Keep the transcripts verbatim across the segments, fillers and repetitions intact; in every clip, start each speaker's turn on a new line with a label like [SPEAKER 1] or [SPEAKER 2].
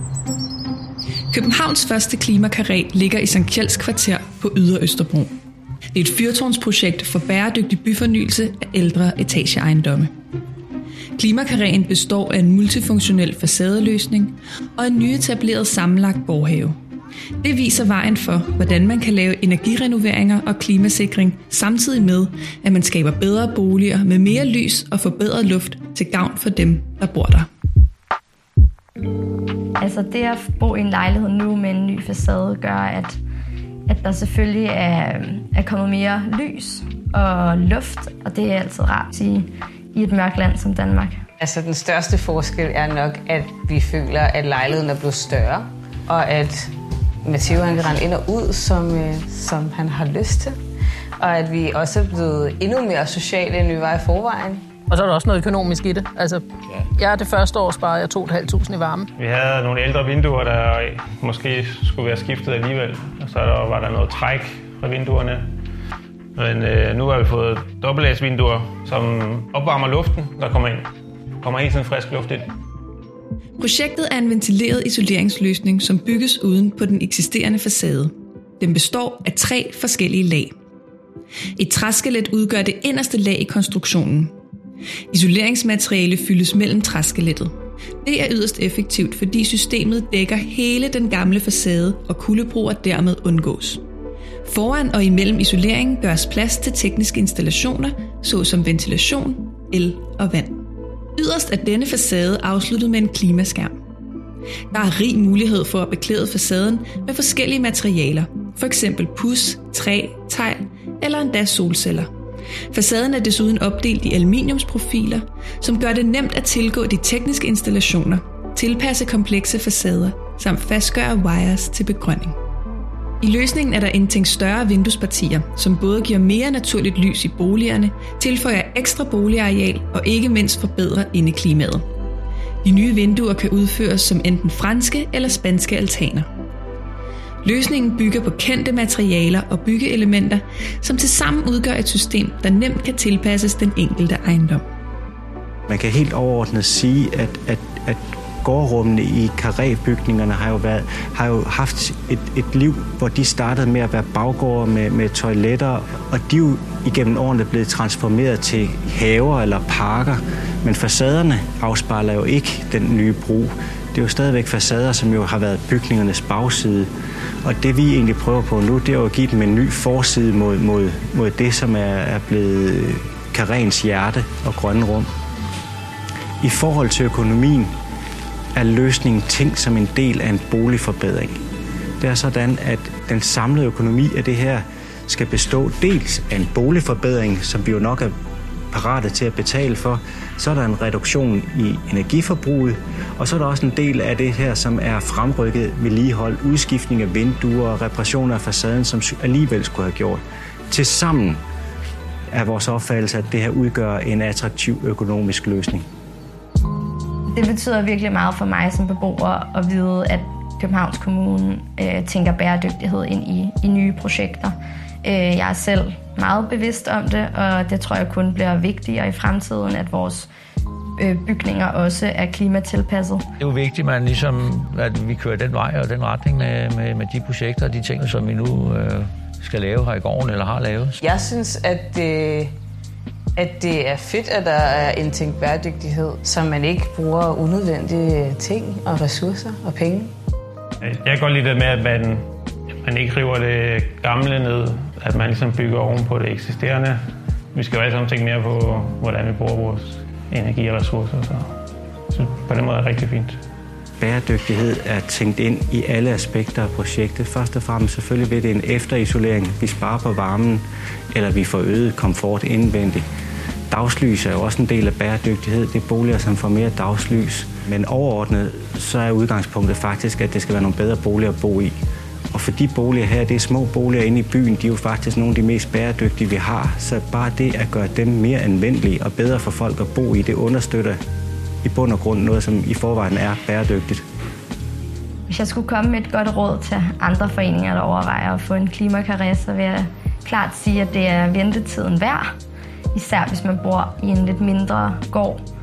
[SPEAKER 1] Københavns første klimakarré ligger i Sankt Kjelds kvarter på Ydre Østerbro. Det er et fyrtårnsprojekt for bæredygtig byfornyelse af ældre etageejendomme. Klimakarréen består af en multifunktionel facadeløsning og en nyetableret sammenlagt gårdhave. Det viser vejen for, hvordan man kan lave energirenoveringer og klimasikring, samtidig med, at man skaber bedre boliger med mere lys og forbedret luft til gavn for dem, der bor der.
[SPEAKER 2] Altså det at bo i en lejlighed nu med en ny facade gør, at, at der selvfølgelig er, er kommet mere lys og luft, og det er altid rart at sige i et mørkt land som Danmark.
[SPEAKER 3] Altså den største forskel er nok, at vi føler, at lejligheden er blevet større, og at Matteo han kan rende ind og ud, som, øh, som han har lyst til. Og at vi også er blevet endnu mere sociale, end vi var i forvejen.
[SPEAKER 4] Og så er der også noget økonomisk i det. Altså, jeg det første år sparede jeg to tusind fem hundrede i varme.
[SPEAKER 5] Vi havde nogle ældre vinduer, der måske skulle være skiftet alligevel. Og så var der noget træk fra vinduerne. Men øh, nu har vi fået dobbeltlæsvinduer, som opvarmer luften, der kommer ind. Der kommer helt sådan frisk luft ind.
[SPEAKER 1] Projektet er en ventileret isoleringsløsning, som bygges uden på den eksisterende facade. Den består af tre forskellige lag. Et træskelet udgør det inderste lag i konstruktionen. Isoleringsmateriale fyldes mellem træskelettet. Det er yderst effektivt, fordi systemet dækker hele den gamle facade, og kuldebroer dermed undgås. Foran og imellem isoleringen gøres plads til tekniske installationer, såsom ventilation, el og vand. Yderst er denne facade afsluttet med en klimaskærm. Der er rig mulighed for at beklæde facaden med forskellige materialer, f.eks. puds, træ, tegl eller endda solceller. Facaden er desuden opdelt i aluminiumsprofiler, som gør det nemt at tilgå de tekniske installationer, tilpasse komplekse facader samt fastgøre wires til begrønning. I løsningen er der indtænkt større vinduespartier, som både giver mere naturligt lys i boligerne, tilføjer ekstra boligareal og ikke mindst forbedrer indeklimaet. De nye vinduer kan udføres som enten franske eller spanske altaner. Løsningen bygger på kendte materialer og byggeelementer, som tilsammen udgør et system, der nemt kan tilpasses den enkelte ejendom.
[SPEAKER 6] Man kan helt overordnet sige, at, at, at gårdrummene i karrébygningerne har jo, været, har jo haft et, et liv, hvor de startede med at være baggårde med, med toiletter, og de er jo igennem årene blevet transformeret til haver eller parker. Men facaderne afspejler jo ikke den nye brug. Det er jo stadigvæk facader, som jo har været bygningernes bagside. Og det vi egentlig prøver på nu, det er jo at give dem en ny forside mod, mod, mod det, som er, er blevet karréens hjerte og grønne rum. I forhold til økonomien er løsningen tænkt som en del af en boligforbedring. Det er sådan, at den samlede økonomi af det her skal bestå dels af en boligforbedring, som vi jo nok er parate til at betale for. Så er der en reduktion i energiforbruget, og så er der også en del af det her, som er fremrykket vedligehold, udskiftning af vinduer og reparationer af facaden, som alligevel skulle have gjort. Tilsammen er vores opfattelse, at det her udgør en attraktiv økonomisk løsning.
[SPEAKER 2] Det betyder virkelig meget for mig som beboer at vide, at Københavns Kommune øh, tænker bæredygtighed ind i, i nye projekter. Øh, jeg er selv meget bevidst om det, og det tror jeg kun bliver vigtigere i fremtiden, at vores øh, bygninger også er klimatilpasset. Det
[SPEAKER 7] er jo vigtigt, man ligesom, at vi kører den vej og den retning med, med, med de projekter og de ting, som vi nu øh, skal lave her i gården eller har lavet.
[SPEAKER 3] Jeg synes, at det, at det er fedt, at der er indtænkt bæredygtighed, så man ikke bruger unødvendige ting og ressourcer og penge.
[SPEAKER 5] Jeg kan godt lide det med, at man, man ikke river det gamle ned, at man ligesom bygger oven på det eksisterende. Vi skal jo alle sammen tænke mere på, hvordan vi bruger vores energi og ressourcer, så, så på den måde er det rigtig fint.
[SPEAKER 6] Bæredygtighed er tænkt ind i alle aspekter af projektet. Først og fremmest selvfølgelig ved det en efterisolering. Vi sparer på varmen, eller vi får øget komfort indvendigt. Dagslys er jo også en del af bæredygtighed. Det er boliger, som får mere dagslys. Men overordnet, så er udgangspunktet faktisk, at det skal være nogle bedre boliger at bo i. Og for de boliger her, det er små boliger inde i byen, de er jo faktisk nogle af de mest bæredygtige, vi har. Så bare det at gøre dem mere anvendelige og bedre for folk at bo i, det understøtter i bund og grund noget, som i forvejen er bæredygtigt.
[SPEAKER 2] Hvis jeg skulle komme med et godt råd til andre foreninger, der overvejer at få en klimakarré, så vil jeg klart sige, at det er ventetiden værd. Især hvis man bor i en lidt mindre gård,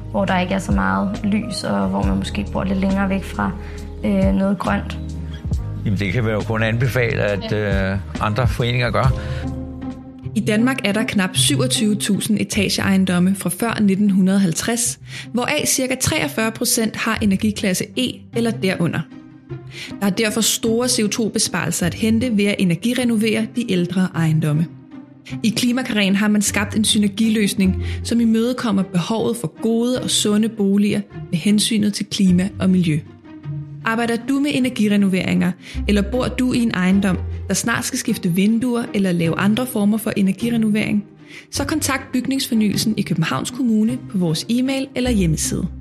[SPEAKER 2] hvor der ikke er så meget lys, og hvor man måske bor lidt længere væk fra øh, noget grønt.
[SPEAKER 7] Jamen, det kan vi jo kun anbefale, at øh, andre foreninger gør.
[SPEAKER 1] I Danmark er der knap syvogtyve tusind etageejendomme fra før nitten halvtreds, hvoraf ca. treogfyrre procent har energiklasse E eller derunder. Der er derfor store C O to besparelser at hente ved at energirenovere de ældre ejendomme. I Klimakarreen har man skabt en synergiløsning, som imødekommer behovet for gode og sunde boliger med hensynet til klima og miljø. Arbejder du med energirenoveringer, eller bor du i en ejendom, der snart skal skifte vinduer eller lave andre former for energirenovering, så kontakt Bygningsfornyelsen i Københavns Kommune på vores e-mail eller hjemmeside.